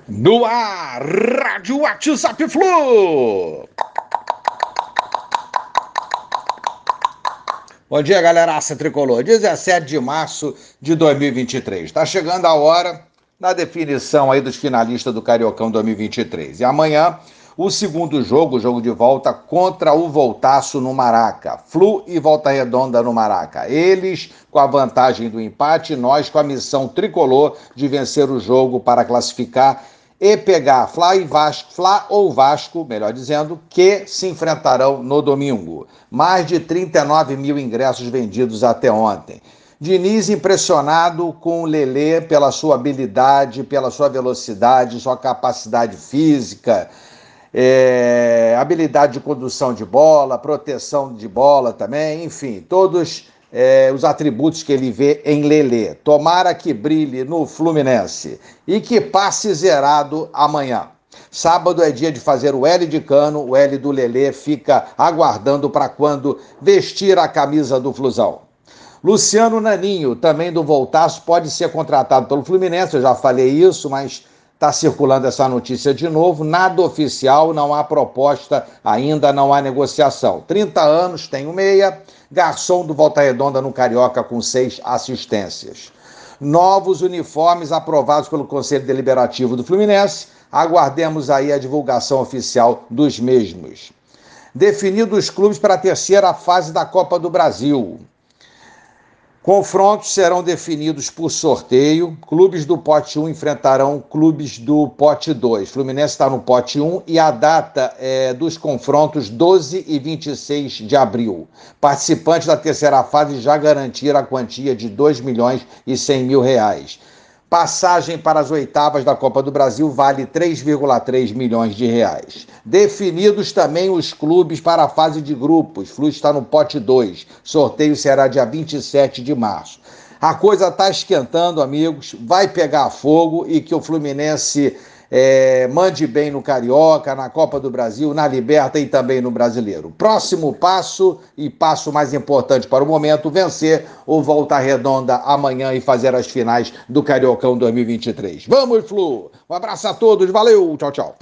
No ar, Rádio WhatsApp Flu. Bom dia, galeraça tricolor. 17 de março de 2023. Está chegando a hora da definição aí dos finalistas do Cariocão 2023. E amanhã, o segundo jogo, o jogo de volta contra o Voltaço no Maraca. Flu e Volta Redonda no Maraca. Eles com a vantagem do empate, nós com a missão tricolor de vencer o jogo para classificar e pegar Fla ou Vasco, melhor dizendo, que se enfrentarão no domingo. Mais de 39 mil ingressos vendidos até ontem. Diniz impressionado com o Lelê pela sua habilidade, pela sua velocidade, sua capacidade física, habilidade de condução de bola, proteção de bola também, enfim, todos os atributos que ele vê em Lelê. Tomara que brilhe no Fluminense e que passe zerado amanhã. Sábado é dia de fazer o L de Cano, o L do Lelê fica aguardando para quando vestir a camisa do Flusão. Luciano Naninho, também do Voltaço, pode ser contratado pelo Fluminense, eu já falei isso, mas está circulando essa notícia de novo, nada oficial, não há proposta ainda, não há negociação. 30 anos, tem o meia, garçom do Volta Redonda no Carioca com 6 assistências. Novos uniformes aprovados pelo Conselho Deliberativo do Fluminense, aguardemos aí a divulgação oficial dos mesmos. Definidos os clubes para a terceira fase da Copa do Brasil. Confrontos serão definidos por sorteio. Clubes do pote 1 enfrentarão clubes do pote 2. Fluminense está no pote 1 e a data dos confrontos 12 e 26 de abril. Participantes da terceira fase já garantiram a quantia de R$2.100.000. Passagem para as oitavas da Copa do Brasil vale R$3,3 milhões. Definidos também os clubes para a fase de grupos. Flu está no pote 2. Sorteio será dia 27 de março. A coisa está esquentando, amigos. Vai pegar fogo e que o Fluminense mande bem no Carioca, na Copa do Brasil, na Liberta e também no Brasileiro. Próximo passo e passo mais importante para o momento, vencer o Volta Redonda amanhã e fazer as finais do Cariocão 2023. Vamos, Flu! Um abraço a todos, valeu, tchau, tchau.